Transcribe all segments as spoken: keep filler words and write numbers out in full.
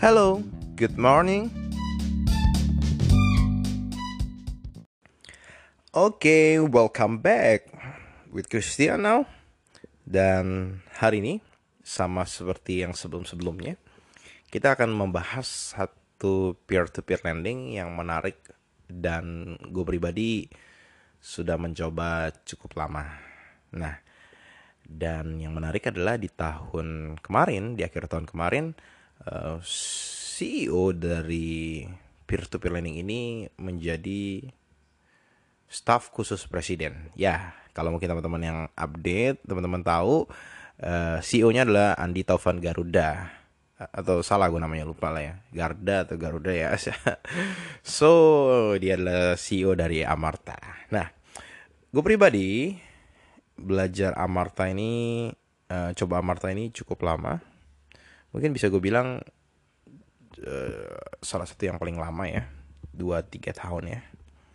Hello, good morning. Oke, welcome back with Christian now. Dan hari ini sama seperti yang sebelum-sebelumnya, kita akan membahas satu peer-to-peer lending yang menarik dan gue pribadi sudah mencoba cukup lama. Nah, dan yang menarik adalah di tahun kemarin, di akhir tahun kemarin, uh, C E O dari peer-to-peer lending ini menjadi staf khusus presiden. Ya, kalau mungkin teman-teman yang update, teman-teman tahu uh, C E O-nya adalah Andi Taufan Garuda. Atau salah gue namanya, lupa lah ya. Garda atau Garuda ya. So, dia adalah C E O dari Amarta. Nah, gue pribadi belajar Amarta ini, uh, coba Amarta ini cukup lama. Mungkin bisa gue bilang uh, salah satu yang paling lama ya. dua tiga tahun ya.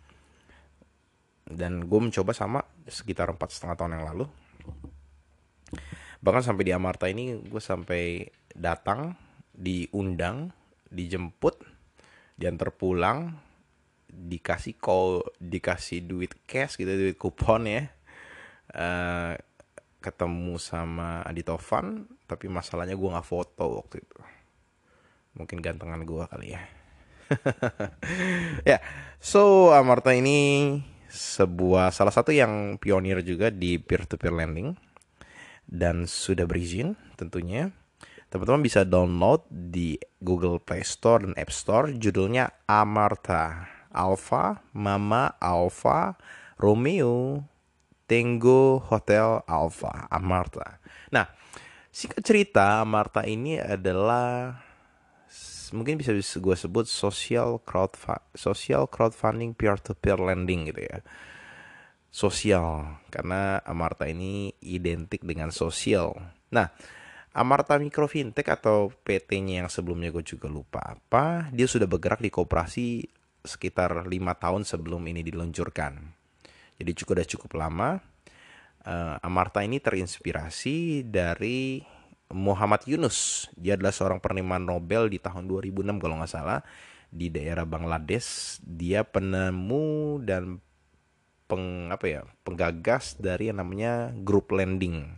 Dan gue mencoba sama sekitar empat setengah tahun yang lalu. Bahkan sampai di Amarta ini gue sampai datang, diundang, dijemput, diantar pulang, dikasih call, dikasih duit cash gitu, duit kupon ya. Uh, ketemu sama Adi Taufan, tapi masalahnya gue nggak foto waktu itu. Mungkin gantengan gue kali ya. Ya, yeah. So Amarta ini sebuah salah satu yang pionir juga di peer-to-peer lending dan sudah berizin tentunya. Teman-teman bisa download di Google Play Store dan App Store, judulnya Amarta. Alpha, Mama, Alpha, Romeo, Tango, Hotel, Alpha, Amarta. Nah, singkat cerita, Amarta ini adalah mungkin bisa gue sebut social crowdfunding, social crowdfunding peer-to-peer lending gitu ya. Sosial, karena Amarta ini identik dengan sosial. Nah, Amarta Mikro Fintech atau P T-nya yang sebelumnya gue juga lupa apa, dia sudah bergerak di koperasi sekitar lima tahun sebelum ini diluncurkan. Jadi cukup udah cukup lama. Uh, Amarta ini terinspirasi dari Muhammad Yunus. Dia adalah seorang penerima Nobel di tahun dua ribu enam kalau nggak salah, di daerah Bangladesh. Dia penemu dan peng apa ya penggagas dari yang namanya group lending.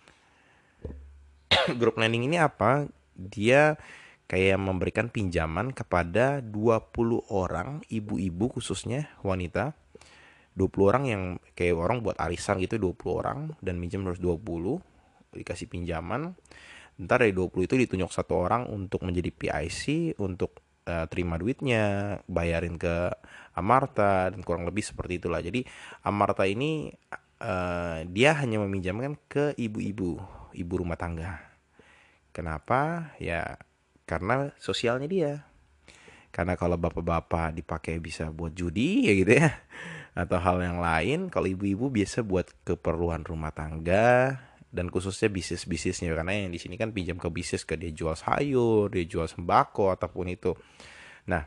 Group lending ini apa? Dia kayak memberikan pinjaman kepada dua puluh orang, ibu-ibu khususnya wanita. dua puluh orang yang kayak orang buat arisan gitu, dua puluh orang dan minjem harus dua puluh, dikasih pinjaman. Ntar dari dua puluh itu ditunjuk satu orang untuk menjadi P I C untuk uh, terima duitnya, bayarin ke Amarta dan kurang lebih seperti itulah. Jadi Amarta ini uh, dia hanya meminjamkan ke ibu-ibu, ibu rumah tangga. Kenapa? Ya karena sosialnya dia. Karena kalau bapak-bapak dipakai bisa buat judi ya gitu ya. Atau hal yang lain, kalau ibu-ibu biasa buat keperluan rumah tangga dan khususnya bisnis-bisnisnya, karena yang di sini kan pinjam ke bisnis, ke dia jual sayur, dia jual sembako ataupun itu. Nah,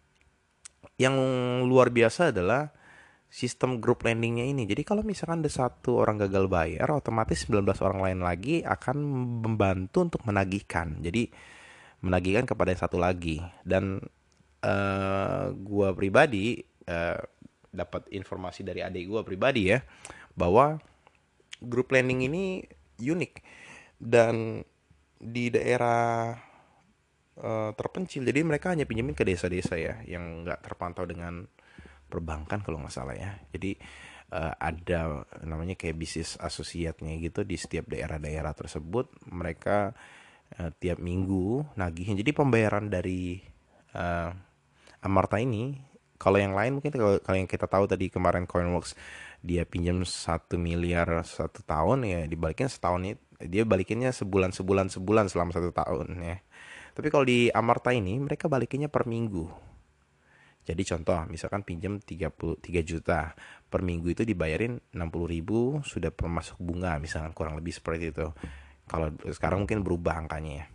yang luar biasa adalah sistem group lendingnya ini. Jadi kalau misalkan ada satu orang gagal bayar, otomatis sembilan belas orang lain lagi akan membantu untuk menagihkan. Jadi menagihkan kepada yang satu lagi. Dan uh, gua pribadi uh, dapat informasi dari adik gua pribadi ya, bahwa group lending ini unik dan di daerah uh, terpencil. Jadi mereka hanya pinjemin ke desa-desa ya, yang nggak terpantau dengan perbankan kalau nggak salah ya. Jadi uh, ada namanya kayak bisnis asosiatnya gitu di setiap daerah-daerah tersebut. Mereka uh, tiap minggu nagihin. Jadi pembayaran dari uh, Amarta ini, kalau yang lain mungkin kalau, kalau yang kita tahu tadi kemarin Coinworks dia pinjam satu miliar satu tahun ya, dibalikin setahun itu dia balikinnya sebulan sebulan sebulan selama satu tahun ya. Tapi kalau di Amarta ini mereka balikinnya per minggu. Jadi contoh, misalkan pinjam tiga puluh tiga juta, per minggu itu dibayarin enam puluh ribu, sudah termasuk bunga, misalkan kurang lebih seperti itu. Kalau sekarang mungkin berubah angkanya ya.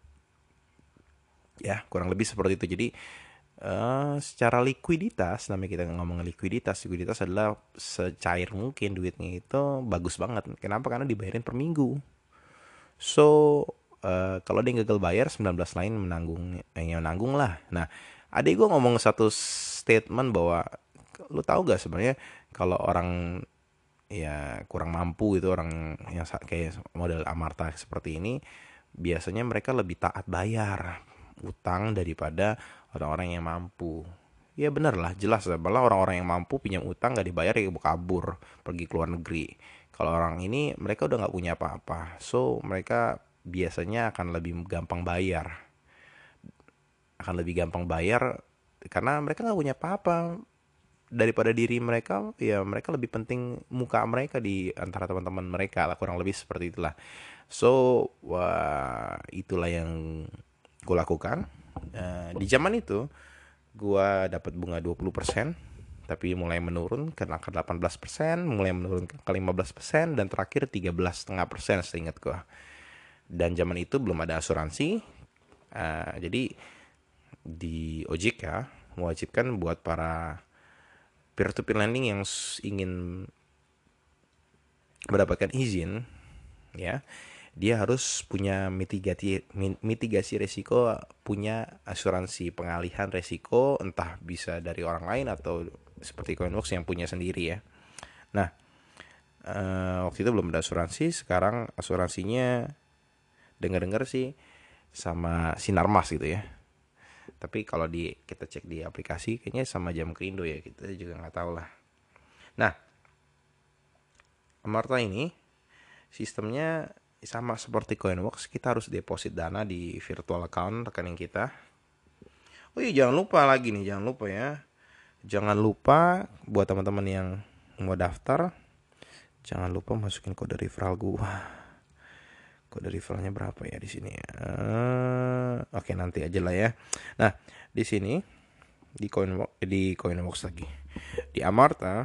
Ya, kurang lebih seperti itu. Jadi, uh, secara likuiditas, namanya kita ngomong likuiditas, likuiditas adalah secair mungkin duitnya itu bagus banget. Kenapa? Karena dibayarin per minggu. So, eh, kalau dia gagal bayar, sembilan belas lain menanggung, eh, yang menanggung lah. Nah, adik gue ngomong satu statement bahwa lu tahu gak sebenarnya kalau orang ya kurang mampu itu, orang yang sa- kayak model Amarta seperti ini, biasanya mereka lebih taat bayar utang daripada orang-orang yang mampu. Ya bener lah, jelas lah. Malah orang-orang yang mampu pinjam utang gak dibayar ya kabur, pergi ke luar negeri. Kalau orang ini mereka udah nggak punya apa-apa, so mereka biasanya akan lebih gampang bayar, akan lebih gampang bayar karena mereka nggak punya apa-apa daripada diri mereka. Ya mereka lebih penting muka mereka di antara teman-teman mereka lah, kurang lebih seperti itulah. So wah, itulah yang gue lakukan. Eh, di zaman itu gue dapat bunga dua puluh persen, tapi mulai menurun ke angka delapan belas persen, mulai menurun ke lima belas persen, dan terakhir tiga belas koma lima persen seingat gue. Dan zaman itu belum ada asuransi. Uh, jadi di O J K mewajibkan buat para peer-to-peer lending yang ingin mendapatkan izin, ya dia harus punya mitigasi mitigasi resiko, punya asuransi pengalihan resiko, entah bisa dari orang lain atau seperti Coinworks yang punya sendiri ya. Nah, eh, waktu itu belum ada asuransi. Sekarang asuransinya dengar-dengar sih sama Sinarmas gitu ya. Tapi kalau di kita cek di aplikasi kayaknya sama Jam Kerindo ya, kita juga nggak tahu lah. Nah, Amarta ini sistemnya sama seperti Coinworks, kita harus deposit dana di virtual account rekening kita. Oh iya, jangan lupa lagi nih, jangan lupa ya. Jangan lupa buat teman-teman yang mau daftar, jangan lupa masukin kode referral gua. Kode referralnya berapa ya di sini? Uh, Oke, nanti aja lah ya. Nah, di sini di Coinworks, di Coinworks lagi, di Amarta,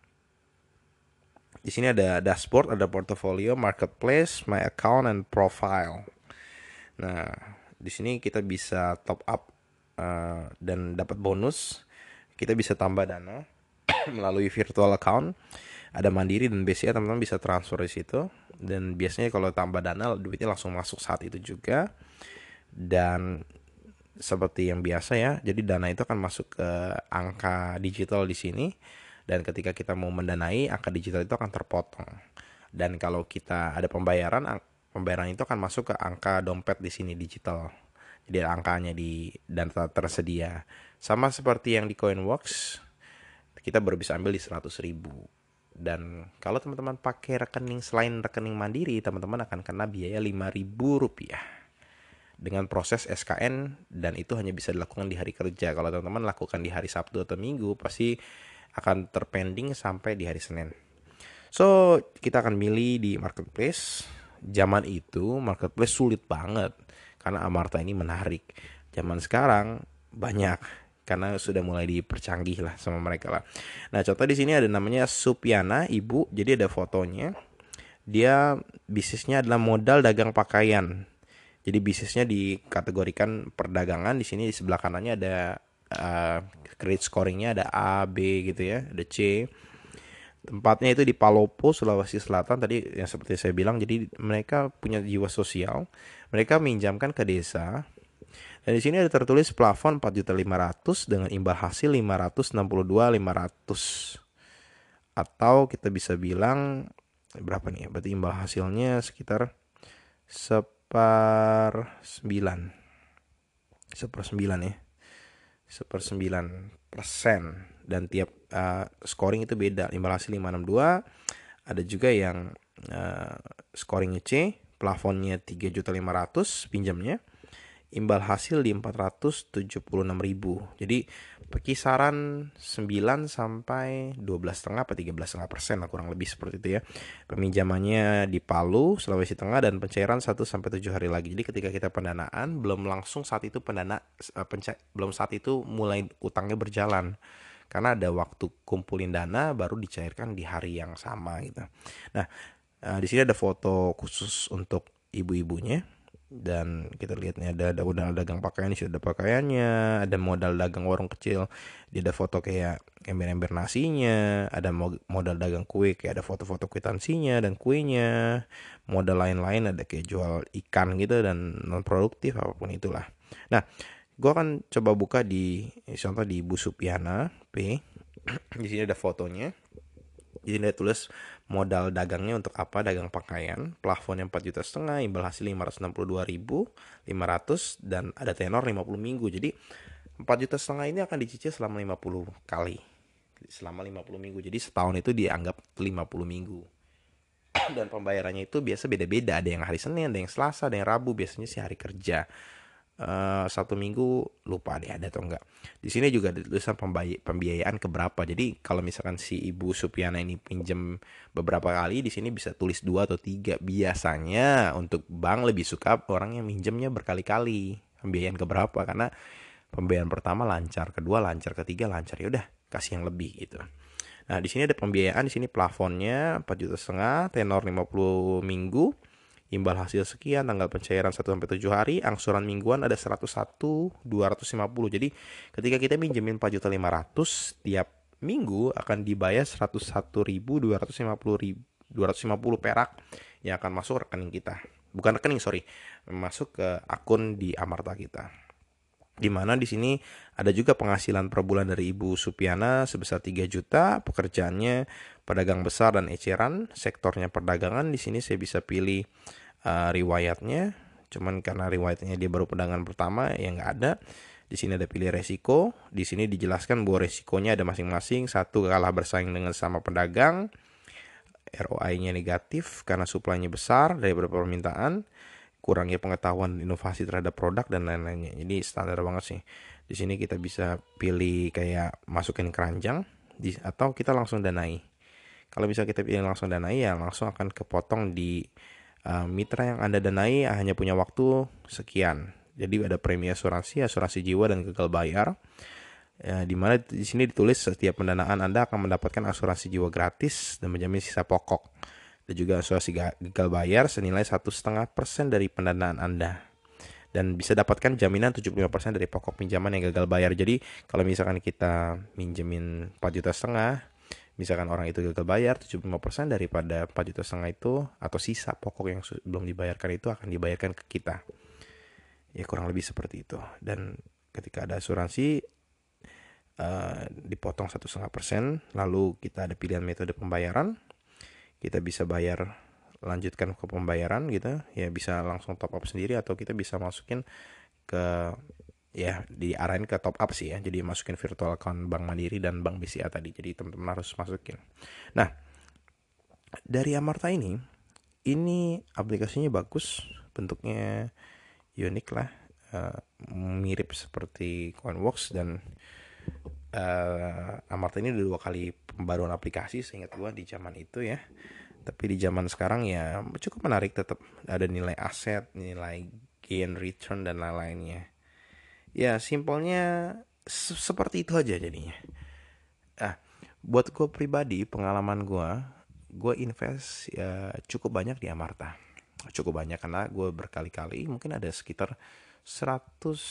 di sini ada dashboard, ada portfolio, marketplace, my account, and profile. Nah, di sini kita bisa top up uh, dan dapat bonus. Kita bisa tambah dana melalui virtual account. Ada Mandiri dan B C A, teman-teman bisa transfer di situ. Dan biasanya kalau tambah dana, duitnya langsung masuk saat itu juga. Dan seperti yang biasa ya, jadi dana itu akan masuk ke angka digital di sini. Dan ketika kita mau mendanai, angka digital itu akan terpotong. Dan kalau kita ada pembayaran, pembayaran itu akan masuk ke angka dompet di sini digital. Jadi angkanya di data tersedia. Sama seperti yang di Coinworks, kita baru bisa ambil di seratus ribu. Dan kalau teman-teman pakai rekening selain rekening Mandiri, teman-teman akan kena biaya lima ribu rupiah dengan proses S K N, dan itu hanya bisa dilakukan di hari kerja. Kalau teman-teman lakukan di hari Sabtu atau Minggu, pasti akan terpending sampai di hari Senin. So, kita akan milih di marketplace. Zaman itu marketplace sulit banget karena Amarta ini menarik. Zaman sekarang banyak karena sudah mulai dipercanggih lah sama mereka lah. Nah, contoh di sini ada namanya Supiana, ibu. Jadi ada fotonya. Dia bisnisnya adalah modal dagang pakaian. Jadi bisnisnya dikategorikan perdagangan. Di sini di sebelah kanannya ada uh, credit scoringnya, ada A, B gitu ya, ada C. Tempatnya itu di Palopo, Sulawesi Selatan tadi yang seperti saya bilang. Jadi mereka punya jiwa sosial. Mereka minjamkan ke desa. Dan di sini ada tertulis plafon empat juta lima ratus dengan imbal hasil lima ratus enam puluh dua ribu lima ratus. Atau kita bisa bilang berapa nih? Berarti imbal hasilnya sekitar seper sembilan. Seper sembilan ya. Seper sembilan persen. Dan tiap uh, scoring itu beda. Imbal hasil lima enam dua. Ada juga yang uh, scoringnya C, plafonnya tiga juta lima ratus pinjamnya. Imbal hasil di empat ratus tujuh puluh enam ribu. Jadi kisaran sembilan sampai dua belas koma lima atau tiga belas koma lima persen lah, kurang lebih seperti itu ya. Peminjamannya di Palu, Sulawesi Tengah, dan pencairan satu sampai tujuh hari lagi. Jadi ketika kita pendanaan, belum langsung saat itu pendana penca, belum saat itu mulai utangnya berjalan. Karena ada waktu kumpulin dana baru dicairkan di hari yang sama gitu. Nah, di sini ada foto khusus untuk ibu-ibunya. Dan kita lihat nih ada ada modal dagang pakaian, di sini ada pakaiannya, ada modal dagang warung kecil, dia ada foto kayak ember-ember nasinya, ada modal dagang kue kayak ada foto-foto kwitansinya dan kuenya, modal lain-lain ada kayak jual ikan gitu dan non produktif apapun itulah. Nah, gue akan coba buka di contoh di Ibu Supiana P. Di sini ada fotonya. Jadi dia tulis modal dagangnya untuk apa, dagang pakaian, plafonnya empat juta setengah, imbal hasil lima ratus enam puluh dua ribu lima ratus dan ada tenor lima puluh minggu. Jadi empat juta setengah ini akan dicicil selama lima puluh kali. Selama lima puluh minggu. Jadi setahun itu dianggap lima puluh minggu. Dan pembayarannya itu biasa beda-beda. Ada yang hari Senin, ada yang Selasa, ada yang Rabu. Biasanya sih hari kerja. Uh, satu minggu lupa deh ada atau enggak. Di sini juga ada tulisan pembay- pembiayaan keberapa. Jadi kalau misalkan si Ibu Supiana ini pinjam beberapa kali, di sini bisa tulis dua atau tiga. Biasanya untuk bank lebih suka orang yang minjemnya berkali-kali. Pembiayaan keberapa? Karena pembiayaan pertama lancar, kedua lancar, ketiga lancar. Ya udah kasih yang lebih gitu. Nah di sini ada pembiayaan, di sini plafonnya empat juta setengah, tenor lima puluh minggu. Imbal hasil sekian, tanggal pencairan satu sampai tujuh hari, angsuran mingguan ada seratus satu, dua ratus lima puluh. Jadi ketika kita minjemin empat juta lima ratus tiap minggu akan dibayar seratus satu ribu dua ratus lima puluh ribu dua ratus lima puluh perak yang akan masuk rekening kita. Bukan rekening, sorry. Masuk ke akun di Amarta kita. Di mana di sini ada juga penghasilan per bulan dari Ibu Supiana sebesar tiga juta, pekerjaannya pedagang besar dan eceran, sektornya perdagangan. Di sini saya bisa pilih uh, riwayatnya, cuman karena riwayatnya dia baru pedagang pertama ya nggak ada. Di sini ada pilih resiko, di sini dijelaskan bahwa resikonya ada masing-masing. Satu, kalah bersaing dengan sama pedagang, R O I-nya negatif karena supply-nya besar daripada permintaan, kurangnya pengetahuan inovasi terhadap produk dan lain-lainnya. Jadi standar banget sih. Di sini kita bisa pilih kayak masukin keranjang di, atau kita langsung danai. Kalau bisa kita pilih langsung danai ya langsung akan kepotong di uh, mitra yang Anda danai hanya punya waktu sekian. Jadi ada premi asuransi, asuransi jiwa dan gagal bayar. Ya, di mana di sini ditulis setiap pendanaan Anda akan mendapatkan asuransi jiwa gratis dan menjamin sisa pokok. Dan juga asuransi gagal bayar senilai satu koma lima persen dari pendanaan Anda. Dan bisa dapatkan jaminan tujuh puluh lima persen dari pokok pinjaman yang gagal bayar. Jadi kalau misalkan kita minjemin empat juta setengah, misalkan orang itu gagal bayar, tujuh puluh lima persen daripada empat juta setengah itu atau sisa pokok yang belum dibayarkan itu akan dibayarkan ke kita. Ya kurang lebih seperti itu. Dan ketika ada asuransi uh, dipotong satu koma lima persen, lalu kita ada pilihan metode pembayaran. Kita bisa bayar lanjutkan ke pembayaran gitu ya, bisa langsung top up sendiri atau kita bisa masukin ke ya diarahin ke top up sih ya, jadi masukin virtual account Bank Mandiri dan Bank B C A tadi, jadi teman-teman harus masukin. Nah dari Amarta ini ini aplikasinya bagus, bentuknya unik lah, uh, mirip seperti Coinworks dan uh, Amarta ini dua kali pembaruan aplikasi seingat gua di zaman itu ya. Tapi di zaman sekarang ya cukup menarik, tetap ada nilai aset, nilai gain, return dan lain-lainnya. Ya simpelnya se- seperti itu aja jadinya. Ah, buat gue pribadi pengalaman gue, gue invest ya cukup banyak di Amarta. Cukup banyak karena gue berkali-kali, mungkin ada sekitar seratus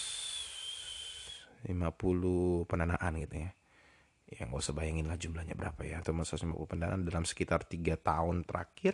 lima puluh pendanaan gitu ya. Ya nggak usah bayangin lah jumlahnya berapa ya, atau seratus lima puluh pendanaan dalam sekitar tiga tahun terakhir.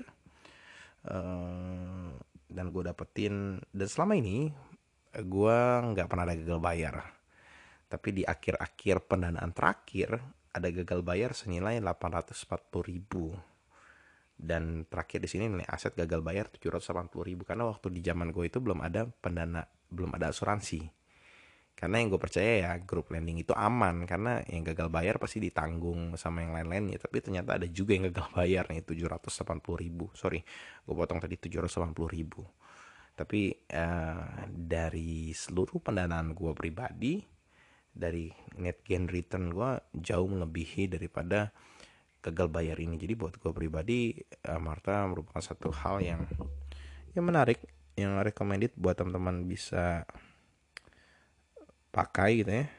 Uh, dan gue dapetin, dan selama ini gue nggak pernah ada gagal bayar. Tapi di akhir-akhir pendanaan terakhir ada gagal bayar senilai delapan ratus empat puluh ribu. Dan terakhir di sini nilai aset gagal bayar tujuh ratus delapan puluh ribu, karena waktu di zaman gue itu belum ada pendana, belum ada asuransi. Karena yang gue percaya ya group lending itu aman, karena yang gagal bayar pasti ditanggung sama yang lain-lainnya. Tapi ternyata ada juga yang gagal bayar nih, tujuh ratus delapan puluh ribu. Sorry, gue potong tadi tujuh ratus delapan puluh ribu. Tapi uh, dari seluruh pendanaan gue pribadi, dari net gain return gue jauh melebihi daripada gagal bayar ini. Jadi buat gue pribadi, Amarta merupakan satu hal yang yang menarik, yang recommended buat teman-teman bisa pakai gitu ya.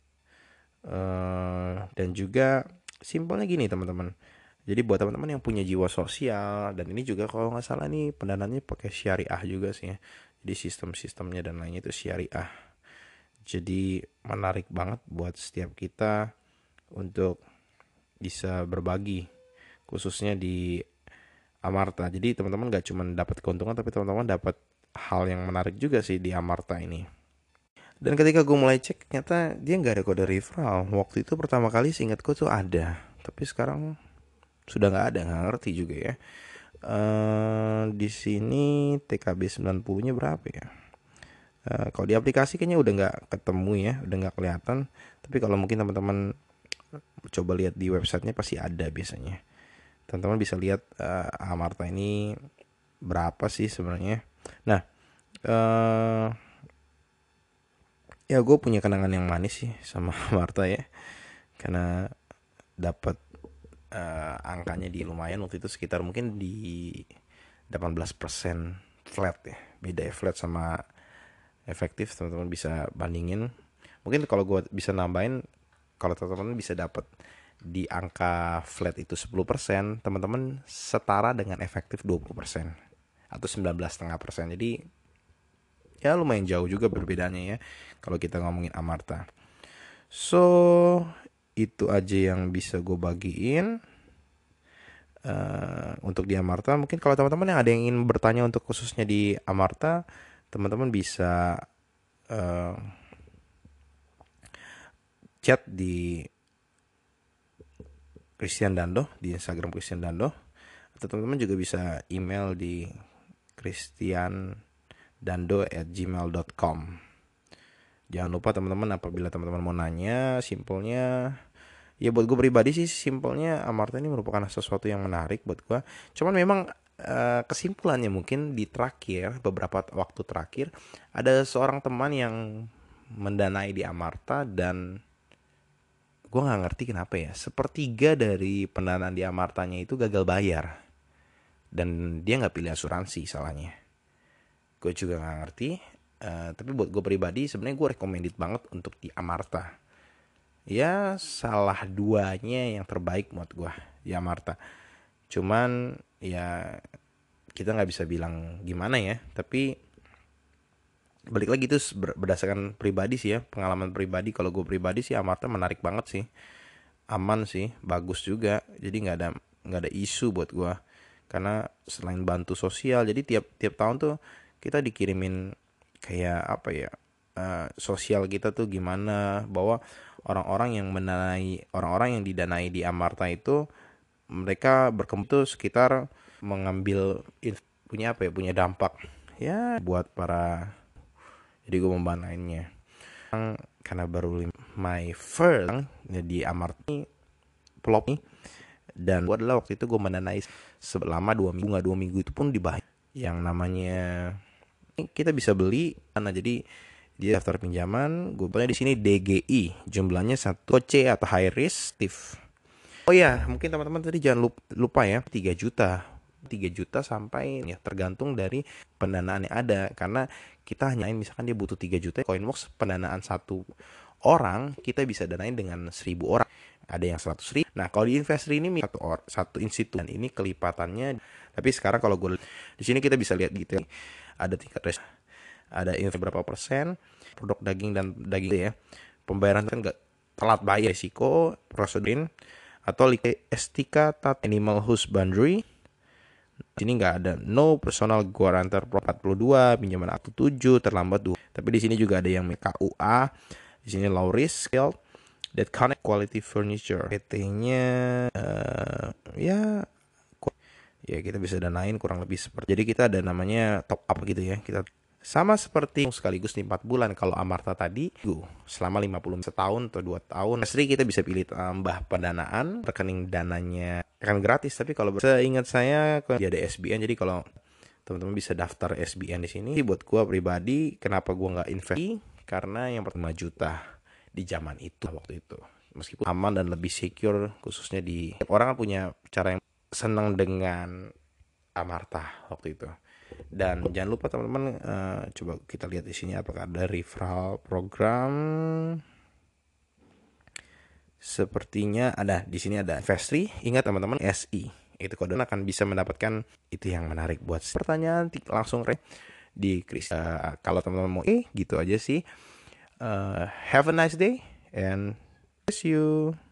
Uh, dan juga simpelnya gini teman-teman. Jadi buat teman-teman yang punya jiwa sosial, dan ini juga kalau nggak salah nih pendanaannya pakai syariah juga sih ya. Jadi sistem-sistemnya dan lainnya itu syariah. Jadi menarik banget buat setiap kita untuk bisa berbagi, khususnya di Amarta. Jadi teman-teman gak cuma dapat keuntungan, tapi teman-teman dapat hal yang menarik juga sih di Amarta ini. Dan ketika gue mulai cek, ternyata dia nggak ada kode referral. Waktu itu pertama kali seingatku tuh ada, tapi sekarang sudah nggak ada, nggak ngerti juga ya. Uh, di sini T K B sembilan puluh-nya berapa ya? Uh, kalau di aplikasi kayaknya udah nggak ketemu ya, udah nggak kelihatan. Tapi kalau mungkin teman-teman coba lihat di websitenya pasti ada biasanya. Teman-teman bisa lihat uh, Amarta ini berapa sih sebenarnya. Nah, uh, ya gue punya kenangan yang manis sih sama Amarta ya, karena dapat uh, angkanya di lumayan waktu itu, sekitar mungkin di delapan belas persen flat ya. Beda ya, flat sama efektif, teman-teman bisa bandingin. Mungkin kalau gue bisa nambahin, kalau teman-teman bisa dapat di angka flat itu sepuluh persen, teman-teman setara dengan efektif dua puluh persen atau sembilan belas koma lima persen. Jadi ya lumayan jauh juga perbedaannya ya kalau kita ngomongin Amarta. So itu aja yang bisa gue bagiin uh, untuk di Amarta. Mungkin kalau teman-teman yang ada yang ingin bertanya untuk khususnya di Amarta, teman-teman bisa uh, chat di Christian Dando, di Instagram Christian Dando, atau teman-teman juga bisa email di christiandando at gmail dot com. Jangan lupa teman-teman, apabila teman-teman mau nanya, simpelnya ya buat gue pribadi sih simpelnya Amarta ini merupakan sesuatu yang menarik buat gue. Cuman memang uh, kesimpulannya mungkin di terakhir, beberapa waktu terakhir, ada seorang teman yang mendanai di Amarta dan gue nggak ngerti kenapa ya, sepertiga dari pendanaan di Amartanya itu gagal bayar dan dia nggak pilih asuransi salahnya. Gue juga nggak ngerti, uh, tapi buat gue pribadi sebenarnya gue recommended banget untuk di Amarta. Ya salah duanya yang terbaik buat gue di Amarta. Cuman ya kita nggak bisa bilang gimana ya, tapi balik lagi itu berdasarkan pribadi sih ya, pengalaman pribadi. Kalau gue pribadi sih Amarta menarik banget sih, aman sih, bagus juga. Jadi nggak ada nggak ada isu buat gue, karena selain bantu sosial, jadi tiap tiap tahun tuh kita dikirimin kayak apa ya, uh, sosial kita tuh gimana, bahwa orang-orang yang mendanai orang-orang yang didanai di Amarta itu mereka berkembang tuh sekitar mengambil punya apa ya, punya dampak ya buat para, jadi gue membanainnya karena baru my first di Amarta ini pelop nih, dan gue adalah waktu itu gue mendanai selama dua minggu, nggak dua minggu itu pun dibayar. Yang namanya kita bisa beli karena jadi dia daftar pinjaman, gue beli di sini D G I, jumlahnya satu C atau high risk stiff. Oh ya, mungkin teman-teman tadi jangan lupa ya, tiga juta tiga juta sampai ya, tergantung dari pendanaan yang ada, karena kita hanya misalkan dia butuh tiga juta, Coinworks pendanaan satu orang kita bisa danain dengan seribu orang, ada yang seratus ribu. Nah kalau di investor ini satu or, satu institusi, dan ini kelipatannya. Tapi sekarang kalau gue di sini kita bisa lihat gitu ya, ada tingkat risk, ada investasi berapa persen, produk daging dan daging ya, pembayaran kan nggak telat bayar, risiko prosedurin atau estika tat animal husbandry. Di sini nggak ada no personal guarantor empat puluh dua, pinjaman aktu tujuh, terlambat dua. Tapi di sini juga ada yang K U A, di sini low risk skill, that connect quality furniture. P T-nya uh, ya ya kita bisa danain kurang lebih seperti. Jadi kita ada namanya top up gitu ya. Kita sama seperti sekaligus di empat bulan. Kalau Amarta tadi selama lima puluh setahun atau dua tahun. Asli kita bisa pilih tambah pendanaan, rekening dananya akan gratis. Tapi kalau seingat saya dia ada S B N, jadi kalau teman-teman bisa daftar S B N di sini. Buat gua pribadi, kenapa gua nggak invest? Karena yang pertama juta di zaman itu waktu itu, meskipun aman dan lebih secure, khususnya di orang punya cara yang senang dengan Amarta waktu itu. Dan jangan lupa teman-teman, uh, coba kita lihat di sini apakah ada referral program. Sepertinya ada, di sini ada Investri. Ingat teman-teman, S I itu kode akan bisa mendapatkan itu yang menarik buat pertanyaan langsung re di Kristen. Uh, kalau teman-teman mau eh gitu aja sih. Uh, have a nice day and bless you.